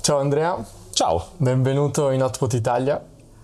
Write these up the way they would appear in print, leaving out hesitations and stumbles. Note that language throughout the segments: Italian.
Ciao Andrea, Ciao, benvenuto in Hotpot Italia.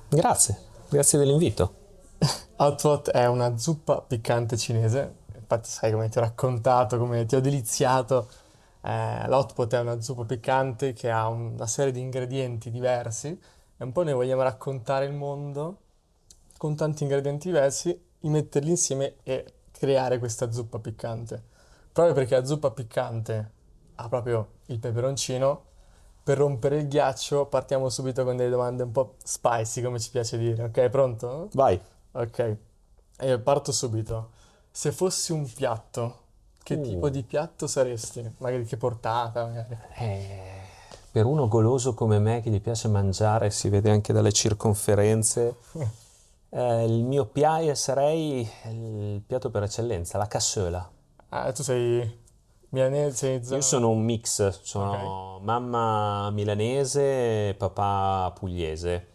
grazie dell'invito. Hotpot è una zuppa piccante cinese, infatti sai come ti ho raccontato, come ti ho deliziato. L'Hotpot è una zuppa piccante che ha una serie di ingredienti diversi e un po' noi vogliamo raccontare il mondo con tanti ingredienti diversi, metterli insieme e creare questa zuppa piccante. Proprio perché la zuppa piccante ha proprio il peperoncino. Per rompere il ghiaccio partiamo subito con delle domande un po' spicy, come ci piace dire. Ok, pronto? Vai. Ok, e io parto subito. Se fossi un piatto, che tipo di piatto saresti? Magari che portata, magari. Eh, per uno goloso come me che gli piace mangiare, si vede anche dalle circonferenze, il mio sarei il piatto per eccellenza, la cassola. Ah, tu sei milanese, sei Io zona... sono un mix, Ok. sono mamma milanese, papà pugliese.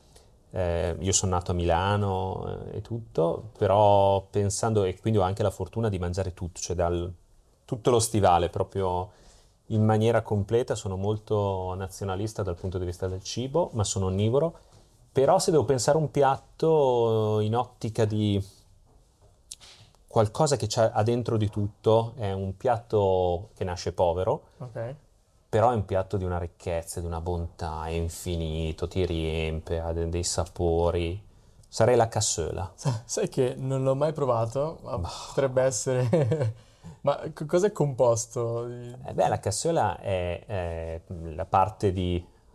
Io sono nato a Milano e tutto, però pensando, e quindi ho anche la fortuna di mangiare tutto, cioè tutto lo stivale, proprio in maniera completa. Sono molto nazionalista dal punto di vista del cibo, ma sono onnivoro. Però se devo pensare a un piatto in ottica di qualcosa che ha dentro di tutto, è un piatto che nasce povero, Ok. però è un piatto di una ricchezza, di una bontà, è infinito, ti riempie, ha dei sapori. Sarei la cassola. Sai che non l'ho mai provato, ma potrebbe essere... Ma cosa è composto? La cassola è la parte di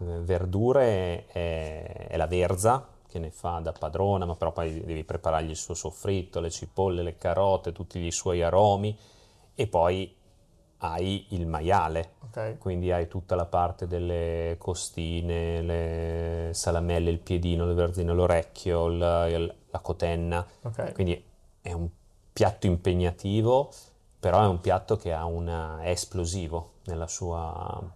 verdure, è la verza, che ne fa da padrona, ma però poi devi preparargli il suo soffritto, le cipolle, le carote, tutti i suoi aromi, e poi hai il maiale, Ok, quindi hai tutta la parte delle costine, le salamelle, il piedino, le verzine, l'orecchio, la cotenna, ok. quindi è un piatto impegnativo, però è un piatto che è esplosivo nella sua...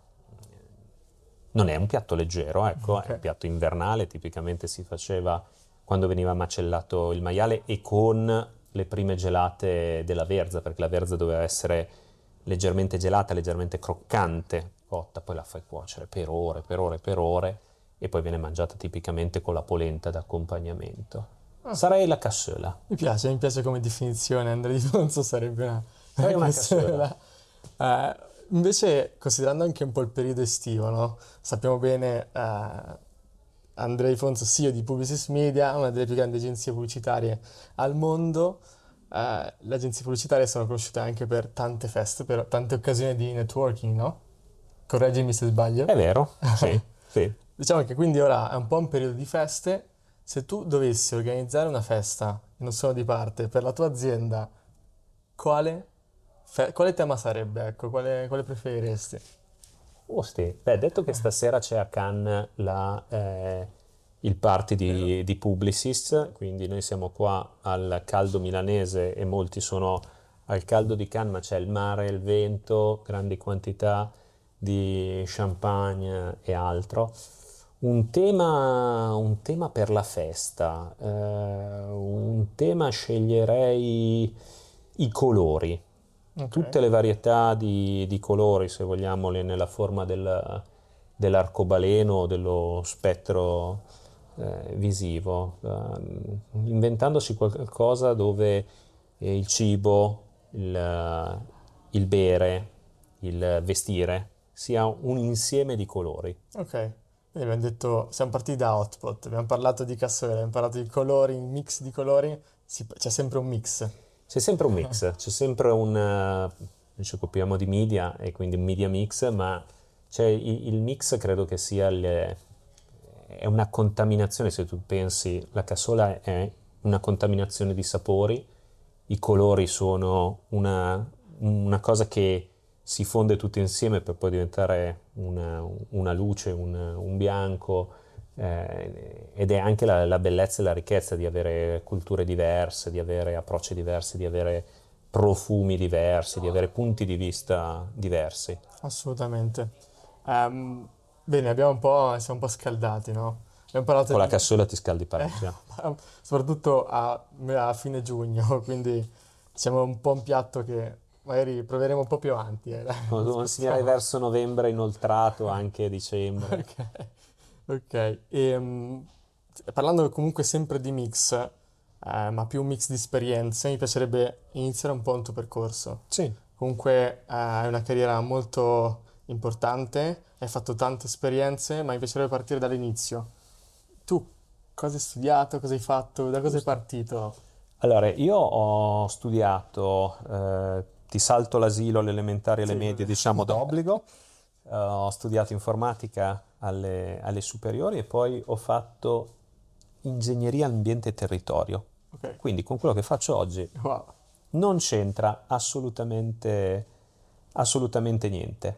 Non è un piatto leggero, ecco, è un Ok. piatto invernale, tipicamente si faceva quando veniva macellato il maiale e con le prime gelate della verza, perché la verza doveva essere leggermente gelata, leggermente croccante, cotta, poi la fai cuocere per ore, per ore, per ore, e poi viene mangiata tipicamente con la polenta d'accompagnamento. Ah, Sarei la cassola. mi piace come definizione, Andrea Di Fonso sarebbe una Sarei una cassola. cassola. Eh, invece, considerando anche un po' il periodo estivo, no? Sappiamo bene, Andrea Di Fonso, CEO di Publicis Media, una delle più grandi agenzie pubblicitarie al mondo. Le agenzie pubblicitarie sono conosciute anche per tante feste, per tante occasioni di networking, no? Correggimi se sbaglio. È vero, sì, sì. Diciamo che quindi ora è un po' un periodo di feste. Se tu dovessi organizzare una festa, e non sono di parte, per la tua azienda, quale, quale tema sarebbe? Ecco, quale preferiresti? Osti, beh, detto che stasera c'è a Cannes il party Vero? di Publicis, quindi noi siamo qua al caldo milanese e molti sono al caldo di Cannes, ma c'è il mare, il vento, grandi quantità di champagne e altro. Un tema per la festa, un tema sceglierei i colori, Ok, tutte le varietà di colori, se vogliamo, nella forma dell'arcobaleno o dello spettro visivo, inventandosi qualcosa dove il cibo, il bere, il vestire sia un insieme di colori. ok. Quindi abbiamo detto, siamo partiti da Hotpot, abbiamo parlato di cassone, abbiamo parlato di colori, un mix di colori, c'è sempre un mix. C'è sempre un mix, c'è sempre noi ci occupiamo di media e quindi un media mix, ma c'è il mix credo che sia è una contaminazione, se tu pensi, la cassola è una contaminazione di sapori, i colori sono una cosa che si fonde tutto insieme per poi diventare una luce, un bianco, ed è anche la bellezza e la ricchezza di avere culture diverse, di avere approcci diversi, di avere profumi diversi, di avere punti di vista diversi. Assolutamente. Ehm, bene, siamo un po' scaldati, no? Abbiamo parlato Con la di... cassola ti scaldi eh, parecchio. soprattutto a fine giugno, quindi siamo un po' un piatto che magari proveremo un po' più avanti. Lo consiglierei verso novembre, inoltrato anche dicembre. Ok, ok. Parlando comunque sempre di mix, ma più un mix di esperienze, mi piacerebbe iniziare un po' il tuo percorso. Sì. Comunque hai una carriera molto importante, hai fatto tante esperienze, ma mi piacerebbe partire dall'inizio. Tu cosa hai studiato, cosa hai fatto, da cosa è Giusto. partito? Allora, io ho studiato, ti salto l'asilo, le elementari e le Sì, medie, vabbè. diciamo d'obbligo. Ho studiato informatica alle superiori e poi ho fatto ingegneria ambiente e territorio. Ok, Quindi con quello che faccio oggi wow, non c'entra assolutamente niente.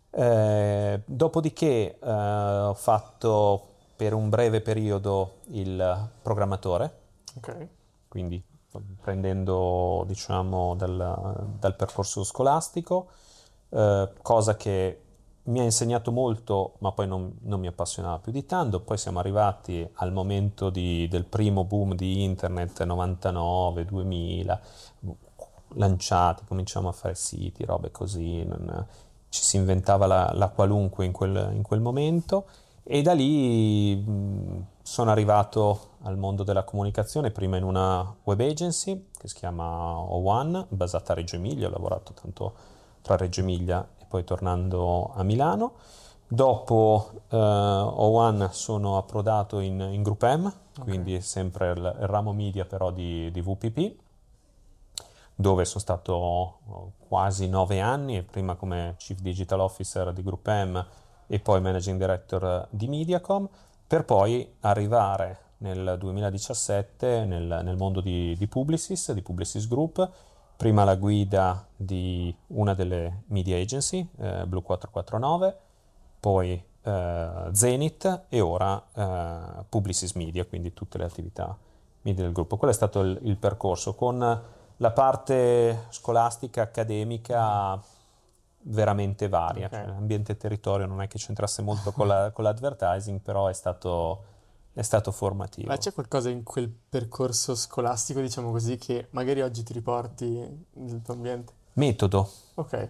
Dopodiché ho fatto per un breve periodo il programmatore, ok, quindi prendendo diciamo dal percorso scolastico, cosa che mi ha insegnato molto, ma poi non mi appassionava più di tanto. Poi siamo arrivati al momento del primo boom di internet, 99, 2000, lanciati, cominciamo a fare siti, robe così, ci si inventava la qualunque in quel momento. E da lì sono arrivato al mondo della comunicazione, prima in una web agency che si chiama O1, basata a Reggio Emilia. Ho lavorato tanto tra Reggio Emilia e poi tornando a Milano. Dopo O1 sono approdato in Group M, ok. quindi sempre il ramo media però di VPP, dove sono stato quasi 9 anni, e prima come Chief Digital Officer di Group M e poi Managing Director di Mediacom, per poi arrivare nel 2017 nel mondo di Publicis, di Publicis Group, prima alla guida di una delle media agency, Blue 449, poi Zenith e ora Publicis Media, quindi tutte le attività media del gruppo. Quello è stato il percorso, con la parte scolastica, accademica veramente varia, Ok. cioè ambiente e territorio non è che c'entrasse molto con l'advertising, però è stato Ma formativo. c'è qualcosa in quel percorso scolastico, diciamo così, che magari oggi ti riporti nel tuo ambiente? Metodo. Ok,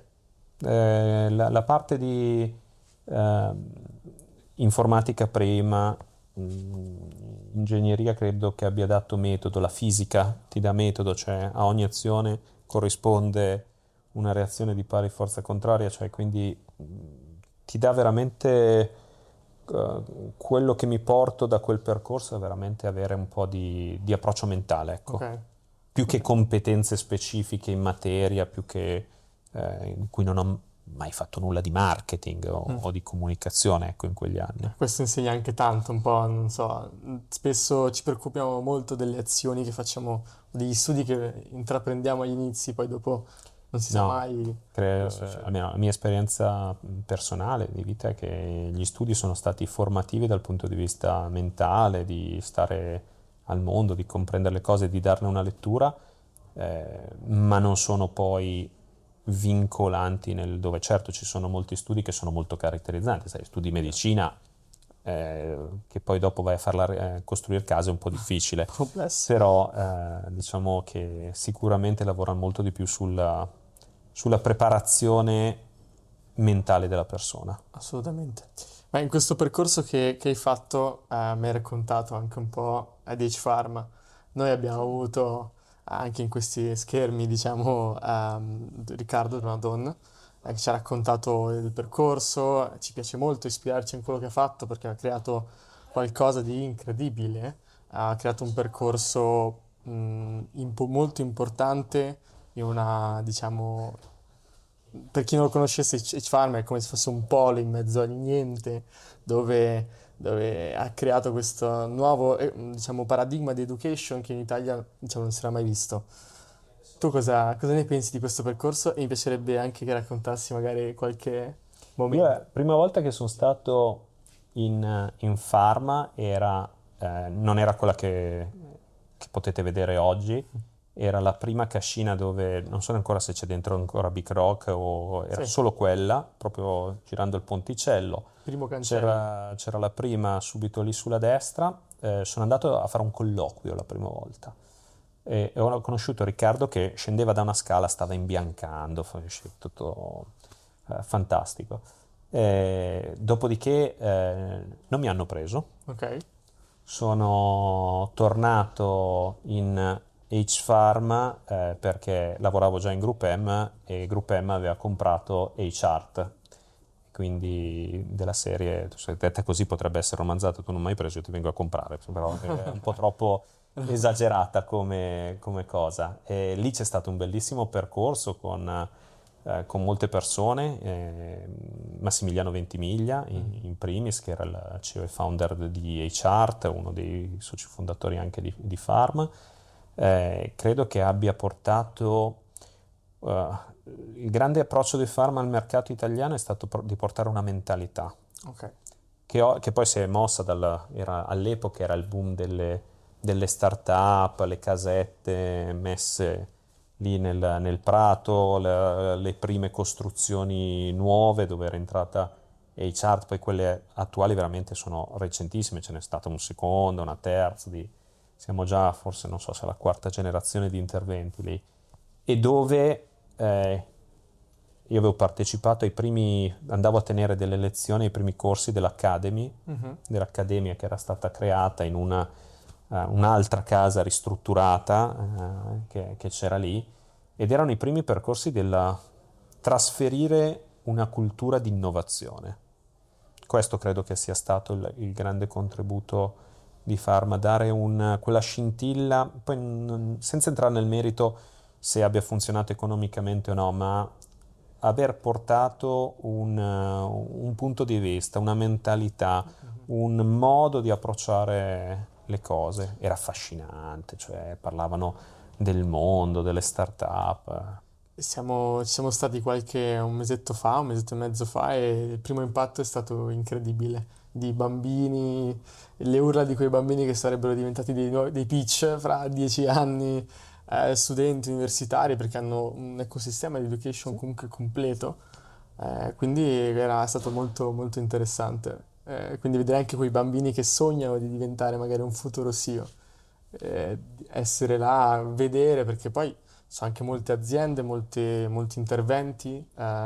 La parte di ehm, informatica prima, ingegneria credo che abbia dato metodo, la fisica ti dà metodo, cioè a ogni azione corrisponde una reazione di pari forza contraria, cioè quindi ti dà veramente quello che mi porto da quel percorso è veramente avere un po' di approccio mentale, ok, ecco, più che ok. competenze specifiche in materia, più che in cui non ho mai fatto nulla di marketing o, Mm. o di comunicazione, ecco, in quegli anni. Questo insegna anche tanto, un po', non so, spesso ci preoccupiamo molto delle azioni che facciamo, degli studi che intraprendiamo agli inizi, poi dopo non si sa No, mai cosa succede. almeno la mia esperienza personale di vita è che gli studi sono stati formativi dal punto di vista mentale, di stare al mondo, di comprendere le cose, di darne una lettura, ma non sono poi vincolanti dove certo ci sono molti studi che sono molto caratterizzanti, sai, studi di medicina, che poi dopo vai a farla costruire case è un po' difficile, Complesso. però diciamo che sicuramente lavorano molto di più sulla preparazione mentale della persona. Assolutamente. Ma in questo percorso che hai fatto, mi hai raccontato anche un po' a Dieci Pharma. Noi abbiamo avuto anche in questi schermi, diciamo, Riccardo Donadon, che ci ha raccontato il percorso. Ci piace molto ispirarci in quello che ha fatto perché ha creato qualcosa di incredibile. Ha creato un percorso molto importante in una, diciamo, per chi non lo conoscesse, H-Farm è come se fosse un polo in mezzo al niente, dove ha creato questo nuovo, diciamo, paradigma di education che in Italia, diciamo, non si era mai visto. Tu cosa ne pensi di questo percorso? E mi piacerebbe anche che raccontassi magari qualche Io momento. la prima volta che sono stato in Pharma non era quella che potete vedere oggi, era la prima cascina dove, non so ancora se c'è dentro ancora Big Rock o era Sì, solo quella, proprio girando il ponticello. primo cancello. C'era la prima subito lì sulla destra, sono andato a fare un colloquio la prima volta. E ho conosciuto Riccardo che scendeva da una scala, stava imbiancando, tutto fantastico. Dopodiché non mi hanno preso. Ok. Sono tornato in H-Pharma perché lavoravo già in Group M e Group M aveva comprato H-Art, quindi della serie, se detta così potrebbe essere romanzato, tu non mi hai preso, io ti vengo a comprare, però è un po' troppo esagerata come cosa. E lì c'è stato un bellissimo percorso con molte persone, Massimiliano Ventimiglia in primis, che era il CEO e founder di H-Art, uno dei soci fondatori anche di Pharma. Credo che abbia portato il grande approccio di Pharma al mercato italiano è stato di portare una mentalità Ok. che poi si è mossa all'epoca era il boom delle start-up, le casette messe lì nel prato, le prime costruzioni nuove dove era entrata H-Art, poi quelle attuali veramente sono recentissime, ce n'è stata un seconda, una terza, siamo già forse non so se alla quarta generazione di interventi lì, e dove io avevo partecipato andavo a tenere delle lezioni ai primi corsi dell'Accademia che era stata creata in un'altra casa ristrutturata che c'era lì, ed erano i primi percorsi del trasferire una cultura di innovazione. Questo credo che sia stato il grande contributo di Pharma, dare quella scintilla, poi senza entrare nel merito se abbia funzionato economicamente o no, ma aver portato un punto di vista, una mentalità, un modo di approcciare le cose. Era affascinante, cioè parlavano del mondo, delle start-up. Ci siamo stati un mesetto fa, un mesetto e mezzo fa, e il primo impatto è stato incredibile. Di bambini, le urla di quei bambini che sarebbero diventati dei pitch fra 10 anni, studenti universitari, perché hanno un ecosistema di education comunque completo. Quindi era stato molto, molto interessante. Quindi vedere anche quei bambini che sognano di diventare magari un futuro CEO, essere là, vedere, perché poi ci sono anche molte aziende, molti interventi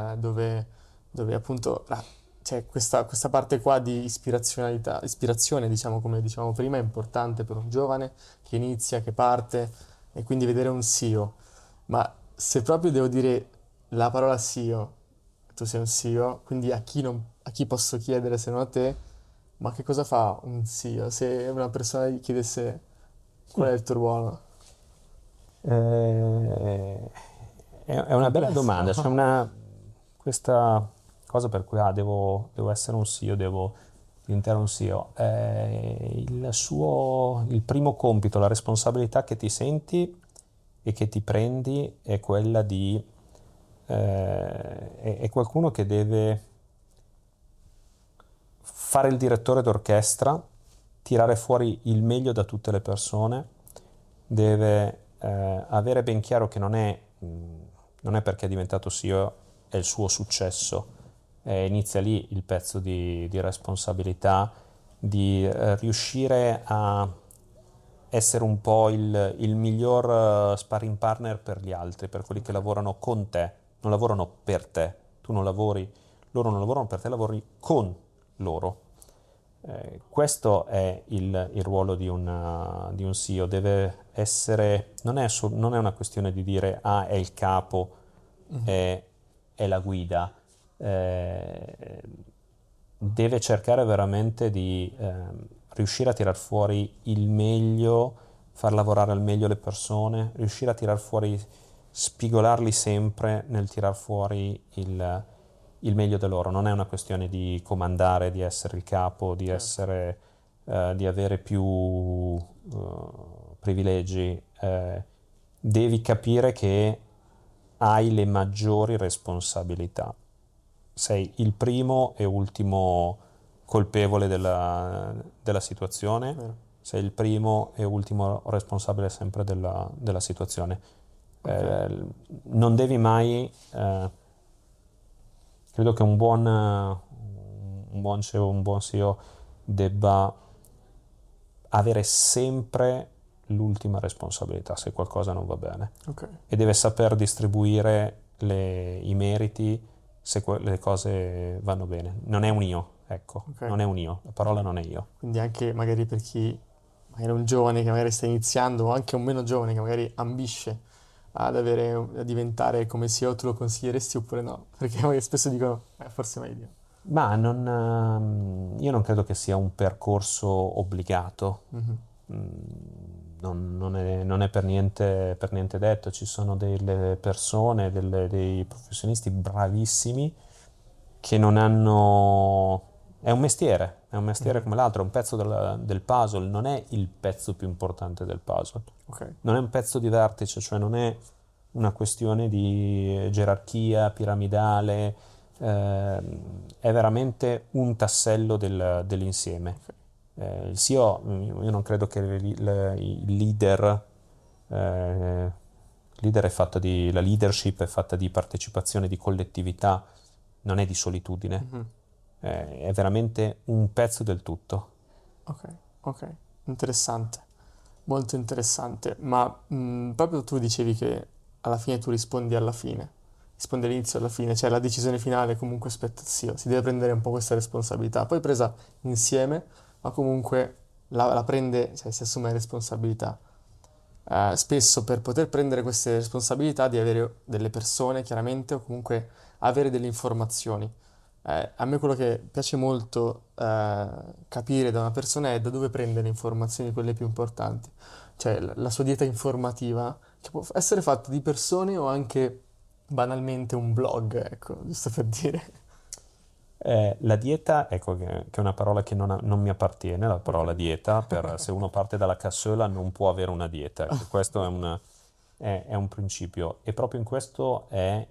dove appunto c'è questa parte qua di ispirazione, diciamo, come dicevamo prima, è importante per un giovane che inizia, che parte, e quindi vedere un CEO. Ma se proprio devo dire la parola CEO, tu sei un CEO, quindi a chi posso chiedere se non a te, ma che cosa fa un CEO? Se una persona gli chiedesse qual è il tuo ruolo? È una bella domanda, c'è questa cosa per cui devo essere un CEO, devo diventare un CEO. Il primo compito, la responsabilità che ti senti e che ti prendi è quella è qualcuno che deve fare il direttore d'orchestra, tirare fuori il meglio da tutte le persone, deve avere ben chiaro che non è perché è diventato CEO è il suo successo, inizia lì il pezzo di responsabilità, di riuscire a essere un po' il miglior sparring partner per gli altri, per quelli che lavorano con te, non lavorano per te, tu non lavori, loro non lavorano per te, lavori con loro. Questo è il ruolo di un CEO, deve essere, non è una questione di dire è il capo, è, è la guida, eh, deve cercare veramente di riuscire a tirar fuori il meglio, far lavorare al meglio le persone, riuscire a tirar fuori, spigolarli sempre nel tirar fuori il meglio da loro. Non è una questione di comandare, di essere il capo, di avere più privilegi. Devi capire che hai le maggiori responsabilità. Sei il primo e ultimo colpevole della situazione, Vero. sei il primo e ultimo responsabile sempre della situazione. Ok. Non devi mai, credo che un buon CEO debba avere sempre l'ultima responsabilità se qualcosa non va bene. Ok. E deve saper distribuire i meriti se le cose vanno bene. Non è un io, ecco, Ok. non è un io, la parola non è io. Quindi anche magari per chi magari è un giovane che magari sta iniziando o anche un meno giovane che magari ambisce a diventare come CEO, tu lo consiglieresti oppure no? Perché magari spesso dicono, forse è meglio. Ma io non credo che sia un percorso obbligato. Mhm. Non è per niente detto. Ci sono delle persone, dei professionisti bravissimi che non hanno... È un mestiere Mhm. come l'altro, è un pezzo del puzzle, non è il pezzo più importante del puzzle. Ok. Non è un pezzo di vertice, cioè non è una questione di gerarchia piramidale, è veramente un tassello dell'insieme. Ok. Il CEO, io non credo che il leader è fatto la leadership è fatta di partecipazione, di collettività, non è di solitudine, Mhm. è veramente un pezzo del tutto. Ok, ok, interessante, molto interessante, ma proprio tu dicevi che alla fine tu rispondi all'inizio e alla fine, cioè la decisione finale comunque spetta al CEO, si deve prendere un po' questa responsabilità, poi presa insieme, ma comunque la prende, cioè si assume la responsabilità. Spesso per poter prendere queste responsabilità devi avere delle persone, chiaramente, o comunque avere delle informazioni. A me quello che piace molto capire da una persona è da dove prende le informazioni, quelle più importanti. Cioè la sua dieta informativa, che può essere fatta di persone o anche banalmente un blog, ecco, giusto per dire. La dieta, ecco che è una parola che non mi appartiene, la Ok. parola dieta, se uno parte dalla cassola non può avere una dieta, ecco, questo è un principio e proprio in questo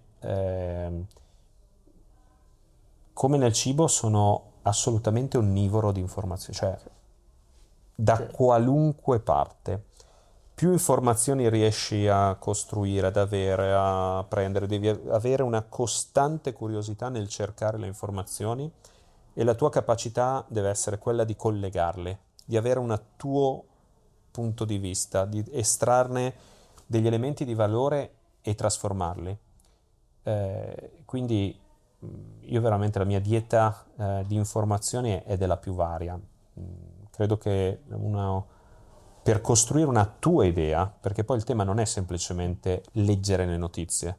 come nel cibo sono assolutamente onnivoro di informazioni, cioè Ok, da ok, qualunque parte. Più informazioni riesci a costruire, ad avere, a prendere, devi avere una costante curiosità nel cercare le informazioni e la tua capacità deve essere quella di collegarle, di avere un tuo punto di vista, di estrarne degli elementi di valore e trasformarli. Quindi io veramente la mia dieta di informazioni è della più varia. Credo che per costruire una tua idea, perché poi il tema non è semplicemente leggere le notizie,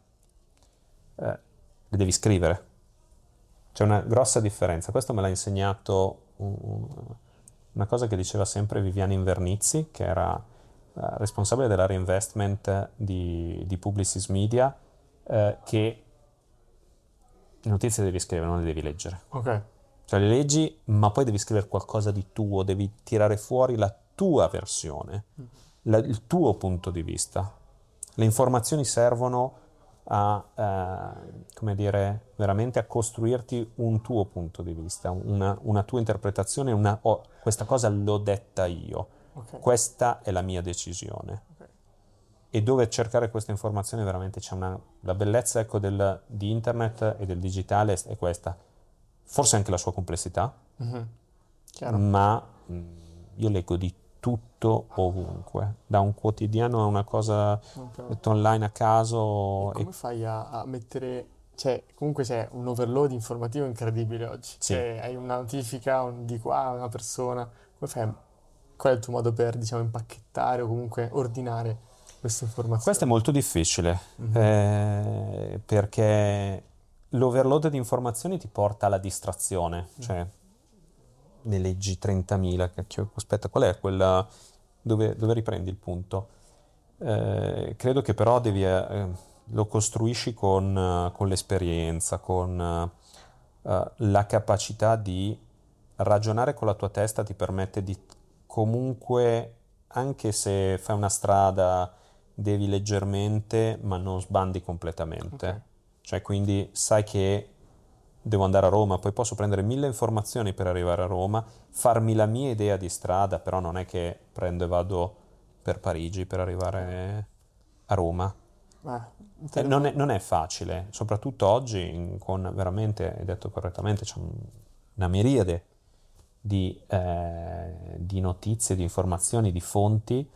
le devi scrivere. C'è una grossa differenza. Questo me l'ha insegnato una cosa che diceva sempre Viviana Invernizzi, che era responsabile della reinvestment di Publicis Media, che le notizie le devi scrivere, non le devi leggere. ok, Cioè le leggi, ma poi devi scrivere qualcosa di tuo, devi tirare fuori la tua versione, il tuo punto di vista. Le informazioni servono come dire, veramente a costruirti un tuo punto di vista, una tua interpretazione, questa cosa l'ho detta io, ok, questa è la mia decisione. ok. E dove cercare queste informazioni veramente la bellezza, ecco, di internet e del digitale è questa. Forse anche la sua complessità, Mhm. Chiaro. ma io leggo di tutto ovunque, da un quotidiano a una cosa Ok. metto online a E caso come fai a mettere, cioè, comunque c'è un overload informativo incredibile oggi, sì. cioè hai una notifica di qua, una persona, come fai, qual è il tuo modo per, diciamo, impacchettare o comunque ordinare queste Questo è informazioni? molto difficile Mhm. perché l'overload di informazioni ti porta alla distrazione, Mhm. cioè ne leggi 30.000, cacchio, aspetta, qual è quella dove riprendi il punto? Credo che però lo costruisci con l'esperienza, con la capacità di ragionare con la tua testa ti permette di comunque, anche se fai una strada, devi leggermente, ma non sbandi Ok, completamente. Cioè, quindi sai che devo andare a Roma, poi posso prendere 1000 informazioni per arrivare a Roma, farmi la mia idea di strada, però non è che prendo e vado per Parigi per chiaro. arrivare a Roma. Non è facile, soprattutto oggi con veramente, hai detto correttamente, c'è una miriade di notizie, di informazioni, di fonti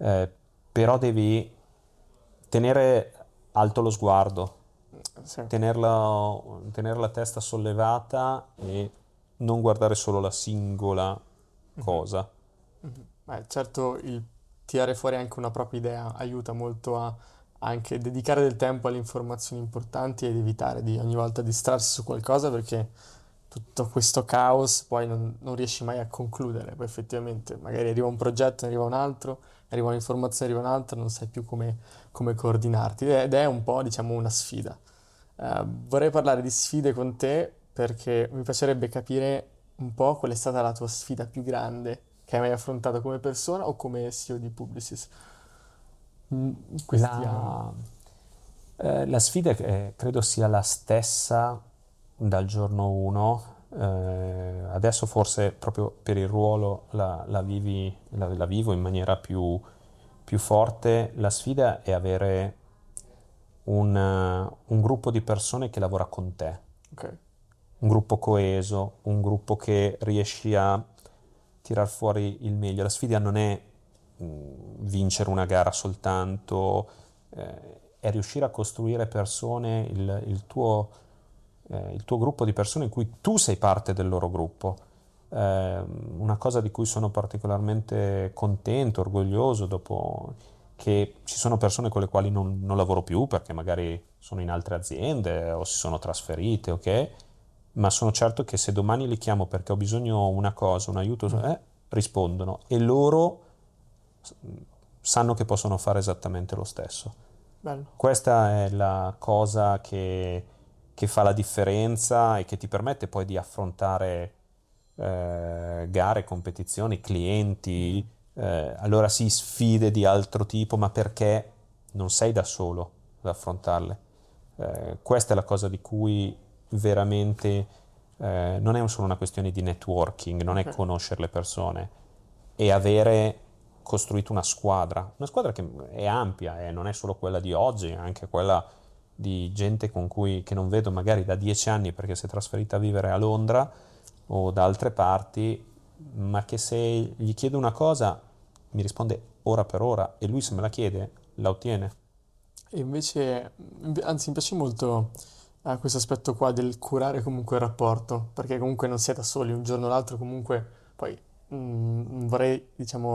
però devi tenere alto lo sguardo, Sì. tenere la testa sollevata e non guardare solo la singola Mhm. cosa. Mhm. Certo, il tirare fuori anche una propria idea aiuta molto a anche dedicare del tempo alle informazioni importanti ed evitare di ogni volta distrarsi su qualcosa perché tutto questo caos poi non riesci mai a concludere. Poi effettivamente magari arriva un progetto, ne arriva un altro, arriva un'informazione, arriva un'altra, non sai più come coordinarti ed è un po', diciamo, una sfida. Vorrei parlare di sfide con te perché mi piacerebbe capire un po' qual è stata la tua sfida più grande che hai mai affrontato come persona o come CEO di Publicis in questi anni. La, la sfida credo sia la stessa dal giorno 1. Adesso forse proprio per il ruolo la vivo in maniera più forte. La sfida è avere un gruppo di persone che lavora con te, Ok, un gruppo coeso, un gruppo che riesci a tirar fuori il meglio. La sfida non è vincere una gara soltanto, è riuscire a costruire persone, il tuo gruppo di persone in cui tu sei parte del loro gruppo. Una cosa di cui sono particolarmente contento, orgoglioso, dopo che ci sono persone con le quali non lavoro più perché magari sono in altre aziende o si sono trasferite, ok? Ma sono certo che se domani li chiamo perché ho bisogno di una cosa, un aiuto, rispondono e loro sanno che possono fare esattamente lo stesso. bello. Questa è la cosa che fa la differenza e che ti permette poi di affrontare gare, competizioni, clienti, allora sì, sfide di altro tipo, ma perché non sei da solo ad affrontarle. Questa è la cosa di cui veramente non è solo una questione di networking, non Ok, è conoscere le persone, è avere costruito una squadra che è ampia e non è solo quella di oggi, è anche quella di gente che non vedo magari da 10 anni perché si è trasferita a vivere a Londra o da altre parti, ma che se gli chiedo una cosa mi risponde ora per ora e lui se me la chiede la ottiene. e invece, anzi, mi piace molto questo aspetto qua del curare comunque il rapporto, perché comunque non siete soli, un giorno o l'altro comunque, poi non vorrei,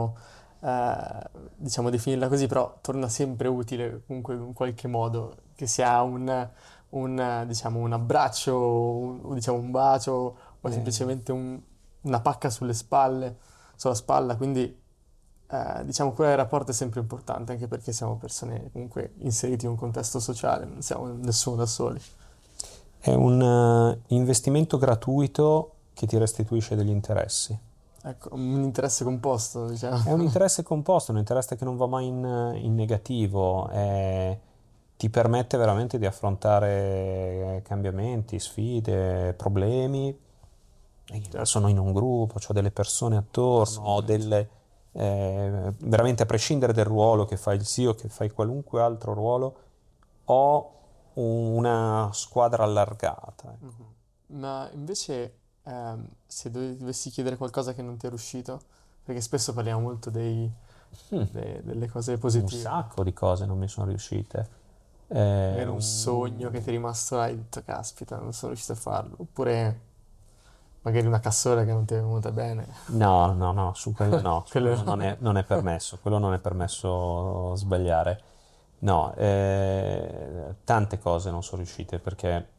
diciamo definirla così, però torna sempre utile comunque in qualche modo, che sia diciamo, un abbraccio, o diciamo un bacio, o Eh, semplicemente una pacca sulla spalla, quindi diciamo, curare il rapporto è sempre importante, anche perché siamo persone comunque inserite in un contesto sociale, non siamo nessuno da soli. è un investimento gratuito che ti restituisce degli interessi. Ecco, un interesse composto, diciamo. È un interesse composto, un interesse che non va mai in negativo, ti permette veramente di affrontare cambiamenti, sfide, problemi. Certo, Sono in un gruppo, ho delle persone attorno, assolutamente. veramente a prescindere dal ruolo che fai il CEO, che fai qualunque altro ruolo, ho una squadra allargata. Ecco. Mhm. Ma invece, se dovessi chiedere qualcosa che non ti è riuscito, perché spesso parliamo molto Mm, delle cose un positive, sacco di cose non mi sono riuscite. magari un sogno che ti è rimasto là e hai detto, caspita, non sono riuscito a farlo, oppure magari una cassola che non ti è venuta bene. No, no, no, su Quello quello no. non è permesso, quello non è permesso sbagliare. No, tante cose non sono riuscite perché,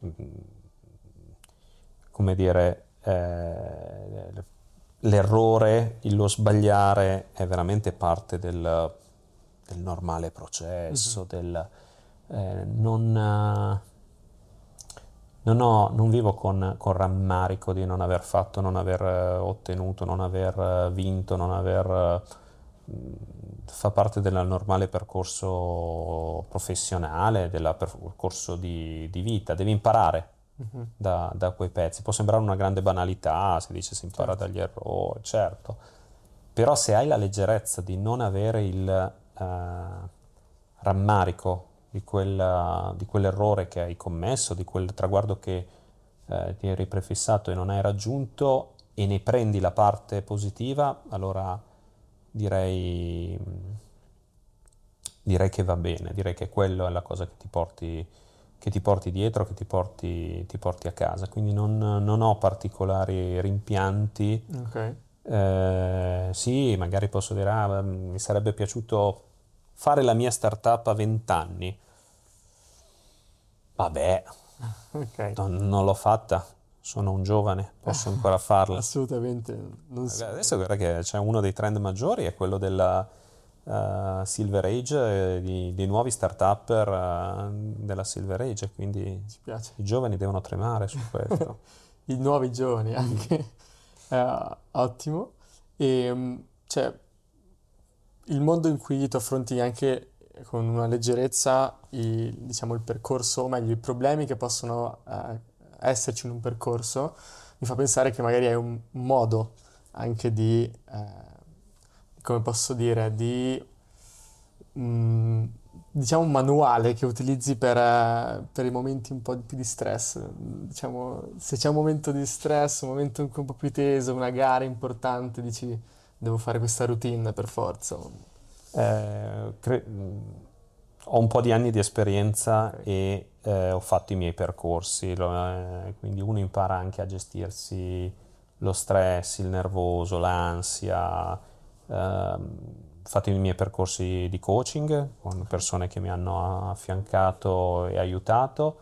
come dire, l'errore, lo sbagliare è veramente parte del normale Mhm. processo, non vivo con rammarico di non aver fatto, non aver ottenuto, non aver vinto, non aver... fa parte del normale percorso professionale, del percorso di vita. Devi imparare Mhm. da quei pezzi. Può sembrare una grande banalità se dice si impara Certo. dagli errori, certo. Però se hai la leggerezza di non avere il rammarico di quell'errore che hai commesso, di quel traguardo che ti eri prefissato e non hai raggiunto e ne prendi la parte positiva, allora direi direi che va bene, direi che quello è la cosa che ti porti dietro, che ti porti a casa, quindi non ho particolari rimpianti. Ok. Sì, magari posso dire, mi sarebbe piaciuto fare la mia startup a 20 anni. Vabbè, Ok. non l'ho fatta, sono un giovane, posso ancora farla. Assolutamente, non Adesso so. guarda che c'è uno dei trend maggiori, è quello della Silver Age, di nuovi start-upper della Silver Age, quindi Ci piace. i giovani devono tremare su questo. I nuovi giovani anche. Ottimo. E cioè, il modo in cui tu affronti anche con una leggerezza diciamo, il percorso, o meglio, i problemi che possono esserci in un percorso, mi fa pensare che magari è un modo anche come posso dire, mh, diciamo un manuale che utilizzi per i momenti un po' più di stress. Diciamo, se c'è un momento di stress, un momento anche un po' più teso, una gara importante, dici devo fare questa routine per forza. Eh, cre- Ho un po' di anni di esperienza Ok. e ho fatto i miei percorsi, quindi uno impara anche a gestirsi lo stress, il nervoso, l'ansia. Ho fatto i miei percorsi di coaching con persone che mi hanno affiancato e aiutato.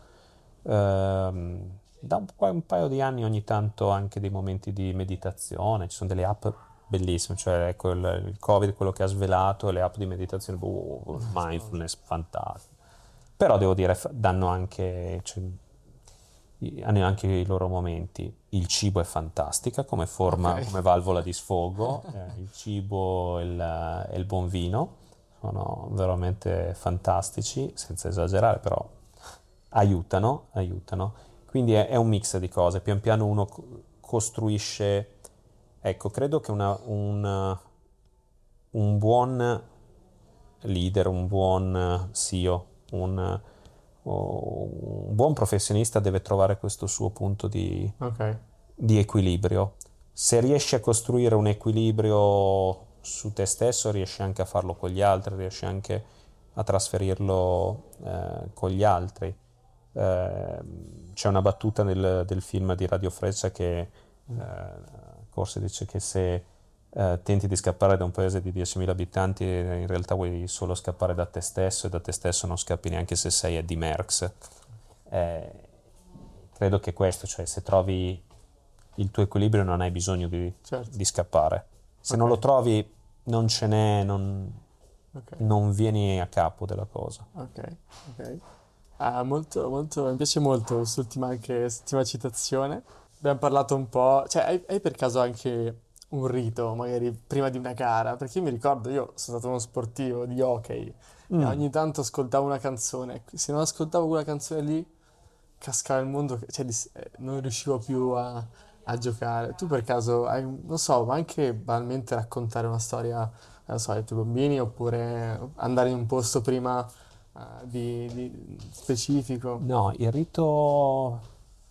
Da un paio di anni ogni tanto anche dei momenti di meditazione, ci sono delle app bellissime, cioè ecco il Covid, quello che ha svelato, le app di meditazione, mindfulness, fantastico. Però devo dire, danno anche, cioè, hanno anche i loro momenti. Il cibo è fantastica come forma, Ok. come valvola di sfogo, il cibo e il buon vino sono veramente fantastici, senza esagerare, però aiutano. Quindi è un mix di cose, pian piano uno costruisce, ecco, credo che un buon leader, un buon CEO, un buon professionista deve trovare questo suo punto Ok. di equilibrio. Se riesci a costruire un equilibrio su te stesso, riesci anche a farlo con gli altri, riesci anche a trasferirlo con gli altri. Eh, C'è una battuta del film di Radio Freccia che forse dice che se tenti di scappare da un paese di 10.000 abitanti, in realtà vuoi solo scappare da te stesso e da te stesso non scappi neanche se sei Eddie Merckx. Eh, Credo che questo, cioè se trovi il tuo equilibrio non hai bisogno Certo. di scappare. Se non lo Ok. trovi non ce n'è, Ok. non vieni a capo della cosa. Ok. Ok. Molto, molto, mi piace molto quest'ultima citazione. Abbiamo parlato un po', cioè hai per caso anche un rito, magari prima di una gara? Perché io mi ricordo, io sono stato uno sportivo di hockey e Mm. ogni tanto ascoltavo una canzone. Se non ascoltavo quella canzone lì, cascava il mondo, cioè non riuscivo più a giocare. Tu per caso hai, non so, ma anche banalmente raccontare una storia, non so, ai tuoi bambini oppure andare in un posto prima di specifico? No, il rito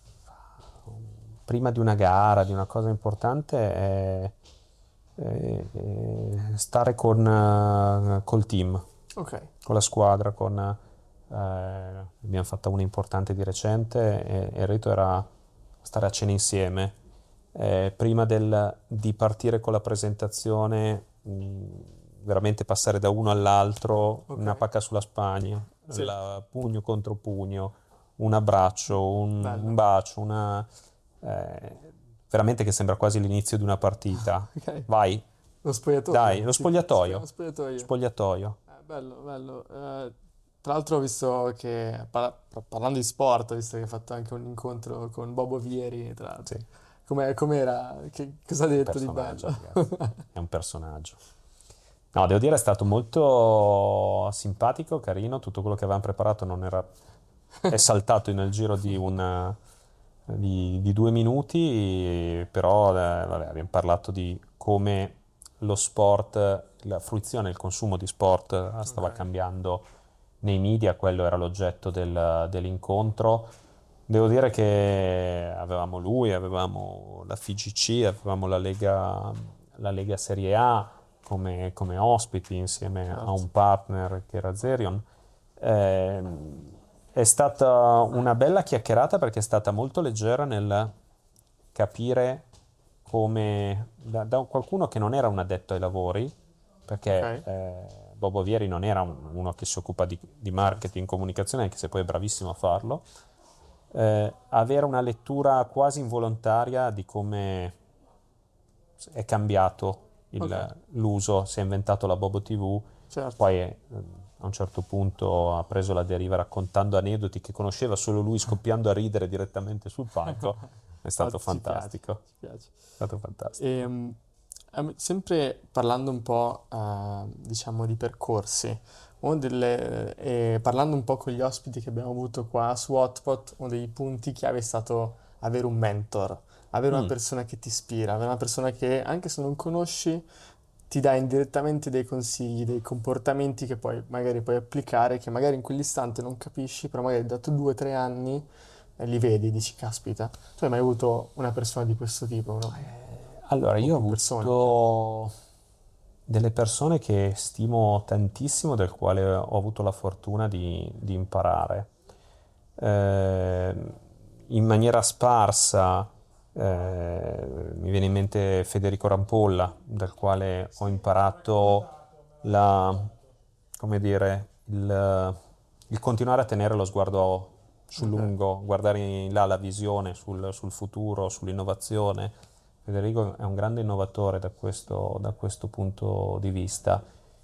prima di una gara, di una cosa importante, è stare col team, Ok, con la squadra, abbiamo fatto una importante di recente e il rito era stare a cena insieme. Prima di partire con la presentazione, veramente passare da uno all'altro, ok, una pacca sulla spagna, sì, pugno contro pugno, un abbraccio, un bello. bacio, eh, veramente che sembra quasi l'inizio di una partita. Ok, Vai, lo dai, spogliatoio, lo tipo, lo spogliatoio, spogliatoio. spogliatoio. Bello, bello. Tra l'altro ho visto che, parlando di sport, ho visto che hai fatto anche un incontro con Bobo Vieri, tra Sì, l'altro. Com'era? Cosa ha un detto di bello? personaggio, ragazzi, è un personaggio. No, devo dire è stato molto simpatico, carino, tutto quello che avevamo preparato non era... è saltato nel giro di 2 minuti, però vabbè, abbiamo parlato di come lo sport, la fruizione e il consumo di sport Ok, stava cambiando nei media, quello era l'oggetto dell'incontro. Devo dire che avevamo lui, avevamo la FIGC, avevamo la Lega Serie A, come ospiti insieme a un partner che era Zerion. È stata una bella chiacchierata perché è stata molto leggera nel capire come da qualcuno che non era un addetto ai lavori, perché Bobo Vieri non era uno che si occupa di marketing, comunicazione, anche se poi è bravissimo a farlo, avere una lettura quasi involontaria di come è cambiato l'uso, si è inventato la Bobo TV, Certo. poi a un certo punto ha preso la deriva raccontando aneddoti che conosceva solo lui, scoppiando a ridere direttamente sul palco. È stato fantastico. Ci piace. È stato fantastico. Sempre parlando un po', diciamo, di percorsi, parlando un po' con gli ospiti che abbiamo avuto qua su Hotpot, uno dei punti chiave è stato avere un mentor, avere una persona che ti ispira, avere una persona che, anche se non conosci, ti dà indirettamente dei consigli, dei comportamenti che poi magari puoi applicare, che magari in quell'istante non capisci, però magari dopo 2 o 3 anni li vedi e dici, caspita, tu hai mai avuto una persona di questo tipo, no? Allora, io ho più persone. avuto delle persone che stimo tantissimo, del quale ho avuto la fortuna di imparare. In maniera sparsa, mi viene in mente Federico Rampolla, dal quale ho imparato come dire, il continuare a tenere lo sguardo sul lungo, guardare in là la visione sul futuro, sull'innovazione. Federico è un grande innovatore da questo punto di vista.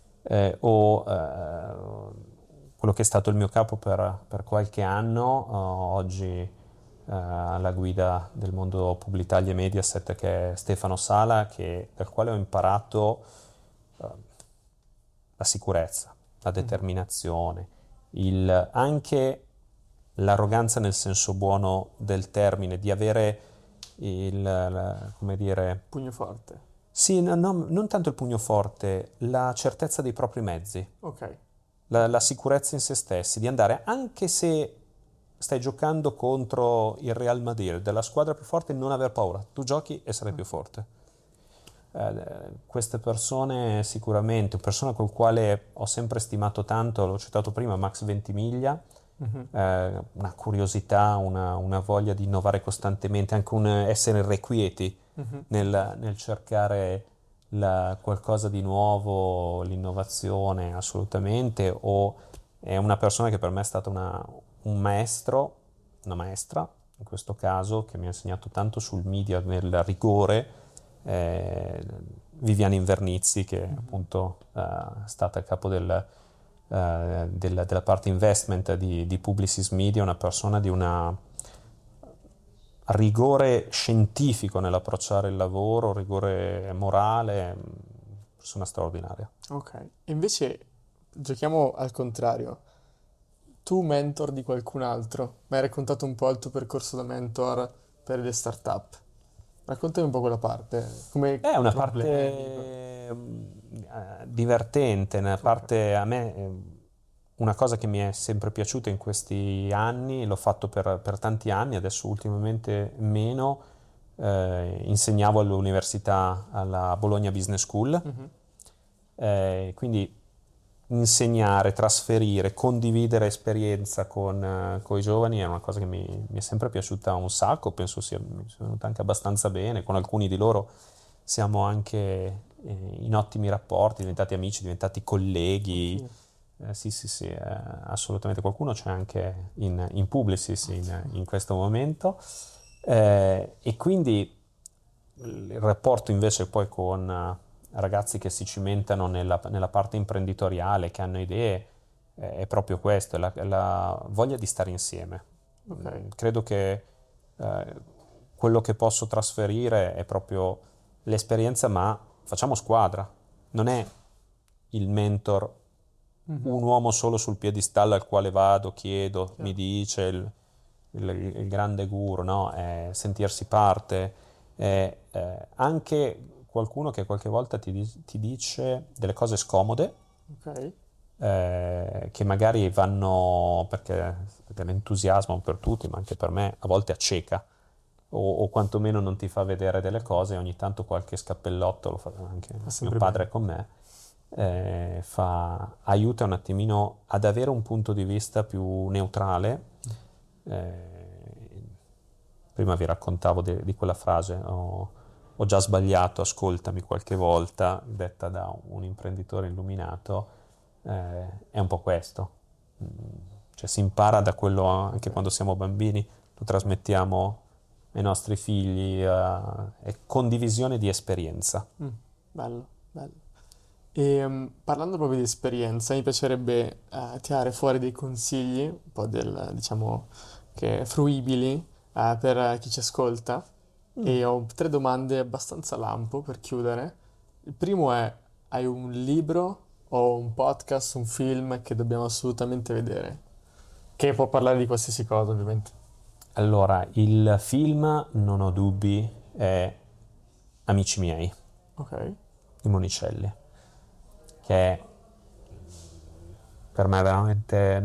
Quello che è stato il mio capo per qualche anno, oggi alla guida del mondo Publitalia e Mediaset, che è Stefano Sala, dal quale ho imparato la sicurezza, la determinazione, anche l'arroganza nel senso buono del termine, di avere come dire... Pugno forte. Sì, non tanto il pugno forte, la certezza dei propri mezzi. Ok. La sicurezza in se stessi, di andare, anche se stai giocando contro il Real Madrid, della squadra più forte, non aver paura. Tu giochi e sarai più forte. Queste persone sicuramente, una persona col quale ho sempre stimato tanto, l'ho citato prima, Max Ventimiglia, una curiosità, una voglia di innovare costantemente, anche un essere irrequieti nel cercare qualcosa di nuovo, l'innovazione assolutamente, o è una persona che per me è stata un maestro, una maestra in questo caso, che mi ha insegnato tanto sul media, nel rigore, Viviana Invernizzi, che appunto è stata a capo della parte investment di Publicis Media, una persona di un rigore scientifico nell'approcciare il lavoro, rigore morale, persona straordinaria. Ok, invece giochiamo al contrario. Tu mentor di qualcun altro, mi hai raccontato un po' il tuo percorso da mentor per le startup. Raccontami un po' quella parte. È una parte divertente, una parte a me, una cosa che mi è sempre piaciuta in questi anni, l'ho fatto per tanti anni, adesso ultimamente meno, insegnavo all'università, alla Bologna Business School, quindi insegnare, trasferire, condividere esperienza con i giovani è una cosa che mi è sempre piaciuta un sacco, penso mi sia venuta anche abbastanza bene, con alcuni di loro siamo anche in ottimi rapporti, diventati amici, diventati colleghi, sì, assolutamente, qualcuno c'è anche in Publicis in questo momento, e quindi il rapporto invece poi con ragazzi che si cimentano nella parte imprenditoriale, che hanno idee, è proprio questo, è la voglia di stare insieme. Ok. Credo che quello che posso trasferire è proprio l'esperienza, ma facciamo squadra. Non è il mentor, un uomo solo sul piedistallo al quale vado, chiedo, mi dice il grande guru, no? È sentirsi parte, è anche qualcuno che qualche volta ti dice delle cose scomode, Ok. che magari vanno perché l'entusiasmo per tutti, ma anche per me, a volte acceca, o quantomeno non ti fa vedere delle cose, ogni tanto qualche scappellotto, lo fa anche mio padre bene. con me, aiuta un attimino ad avere un punto di vista più neutrale. Prima vi raccontavo di quella frase, ho già sbagliato, ascoltami qualche volta, detta da un imprenditore illuminato, è un po' questo. Cioè si impara da quello anche quando siamo bambini, lo trasmettiamo ai nostri figli, è condivisione di esperienza. Bello, bello. E parlando proprio di esperienza, mi piacerebbe tirare fuori dei consigli, un po' diciamo, che fruibili per chi ci ascolta. E ho 3 domande abbastanza lampo per chiudere. Il primo è, hai un libro o un podcast, un film che dobbiamo assolutamente vedere? Che può parlare di qualsiasi cosa, ovviamente. Allora, il film, non ho dubbi, è Amici miei, Ok. di Monicelli, che è per me veramente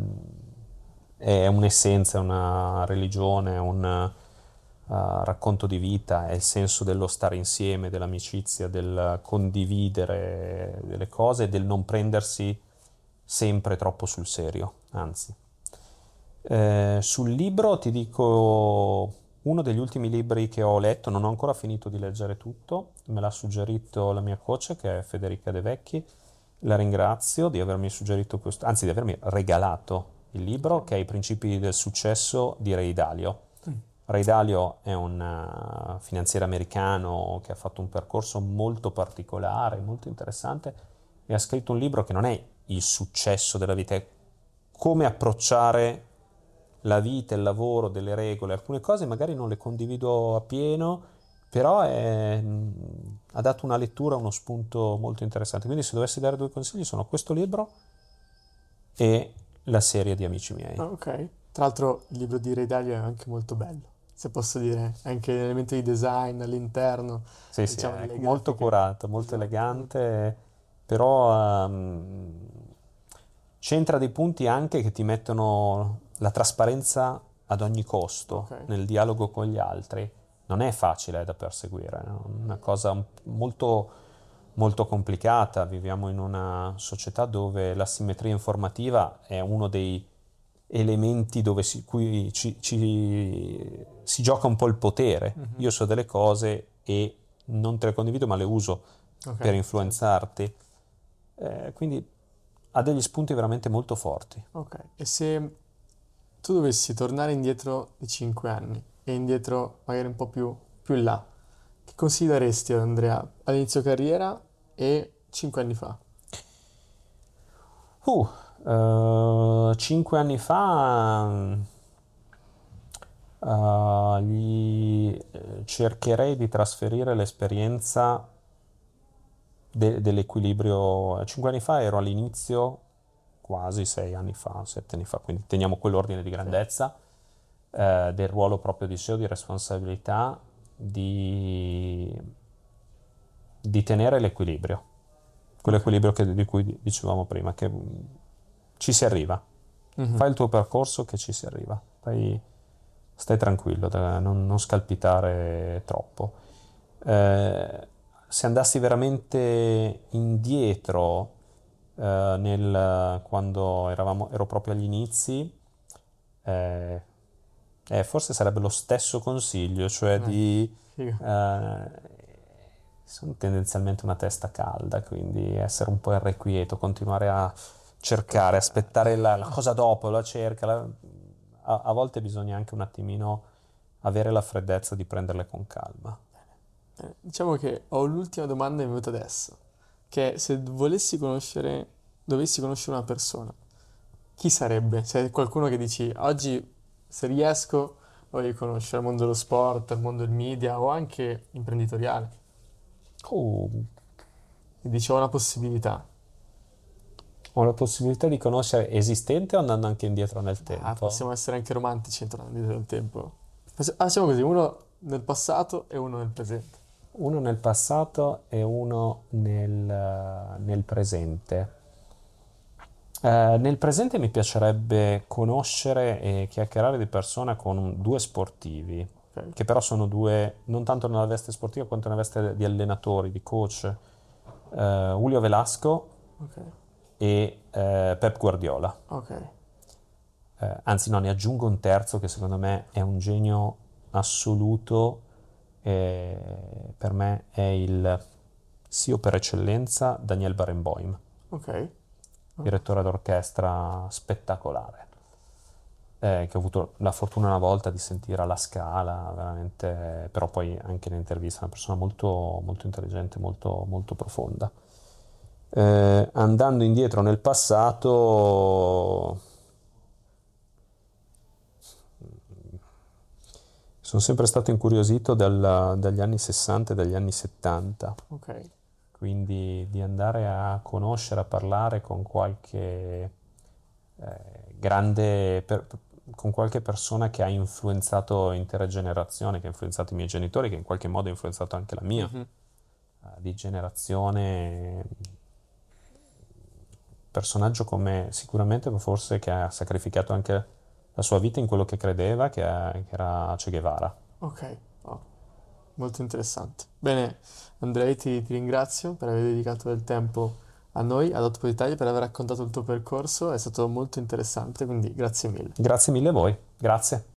è un'essenza, una religione, un racconto di vita, è il senso dello stare insieme, dell'amicizia, del condividere delle cose, del non prendersi sempre troppo sul serio, anzi. Sul libro ti dico uno degli ultimi libri che ho letto, non ho ancora finito di leggere tutto, me l'ha suggerito la mia coach che è Federica De Vecchi, la ringrazio di avermi suggerito questo, anzi di avermi regalato il libro che è I principi del successo di Ray Dalio. Ray Dalio è un finanziere americano che ha fatto un percorso molto particolare, molto interessante e ha scritto un libro che non è il successo della vita, è come approcciare la vita, il lavoro, delle regole. Alcune cose magari non le condivido appieno, però ha dato una lettura, uno spunto molto interessante. Quindi se dovessi dare 2 consigli sono questo libro e la serie di Amici miei. Ah, ok. Tra l'altro il libro di Ray Dalio è anche molto bello, se posso dire, anche l'elemento di design all'interno, Sì, sì, diciamo, è delle molto grafiche. curato, molto Esatto. elegante, però c'entra dei punti anche che ti mettono la trasparenza ad ogni costo Ok. nel dialogo con gli altri. Non è facile da perseguire, è una cosa molto, molto complicata. Viviamo in una società dove l'asimmetria informativa è uno dei elementi dove cui si gioca un po' il potere. Mhm. Io so delle cose e non te le condivido, ma le uso Ok, per certo. influenzarti. Quindi ha degli spunti veramente molto forti. Ok. E se tu dovessi tornare indietro di 5 anni e indietro magari un po' più in là, che consigli daresti ad Andrea all'inizio carriera e 5 anni fa? 5 anni fa gli cercherei di trasferire l'esperienza dell'equilibrio. 5 anni fa ero all'inizio, quasi 6 anni fa, 7 anni fa, quindi teniamo quell'ordine di Sì. grandezza, del ruolo proprio di CEO, di responsabilità, di tenere l'equilibrio, Ok. quell'equilibrio di cui dicevamo prima, che ci si arriva. Mhm. Fai il tuo percorso che ci si arriva. Stai tranquillo, non scalpitare troppo. Se andassi veramente indietro, quando ero proprio agli inizi, eh, forse sarebbe lo stesso consiglio, cioè Figo. sono tendenzialmente una testa calda, quindi essere un po' irrequieto, continuare a cercare, aspettare la cosa dopo, la cerca. A volte bisogna anche un attimino avere la freddezza di prenderle con calma. Diciamo che ho l'ultima domanda che mi è venuta adesso, che è se dovessi conoscere una persona, chi sarebbe? Se è qualcuno che dici, oggi se riesco voglio conoscere il mondo dello sport, il mondo del media o anche imprenditoriale. Oh, E dici, ho una possibilità. ho la possibilità di conoscere esistente o andando anche indietro nel Ah, tempo? possiamo essere anche romantici tornando indietro nel tempo. Facciamo così, uno nel passato e uno nel presente. Uno nel passato e uno nel presente. Nel presente mi piacerebbe conoscere e chiacchierare di persona con 2 sportivi. Ok. che però sono due, non tanto nella veste sportiva quanto nella veste di allenatori, di coach, Julio Velasco Ok. e Pep Guardiola. Ok. Anzi no, ne aggiungo un terzo che secondo me è un genio assoluto, per me è il CEO per eccellenza Daniel Barenboim, Ok. direttore d'orchestra spettacolare, che ho avuto la fortuna una volta di sentire alla Scala, veramente, però poi anche in intervista, una persona molto, molto intelligente, molto, molto profonda. Andando indietro nel passato, sono sempre stato incuriosito dagli anni 60 e dagli anni 70, Ok. quindi di andare a conoscere, a parlare con qualche grande, con qualche persona che ha influenzato intere generazioni, che ha influenzato i miei genitori, che in qualche modo ha influenzato anche la mia, Mhm. di generazione. Personaggio come sicuramente forse che ha sacrificato anche la sua vita in quello che credeva, che era Che Guevara. Ok. Wow. Molto interessante. Bene, Andrei, ti ringrazio per aver dedicato del tempo a noi, ad Output Italia, per aver raccontato il tuo percorso. È stato molto interessante, quindi grazie mille. Grazie mille a voi, grazie.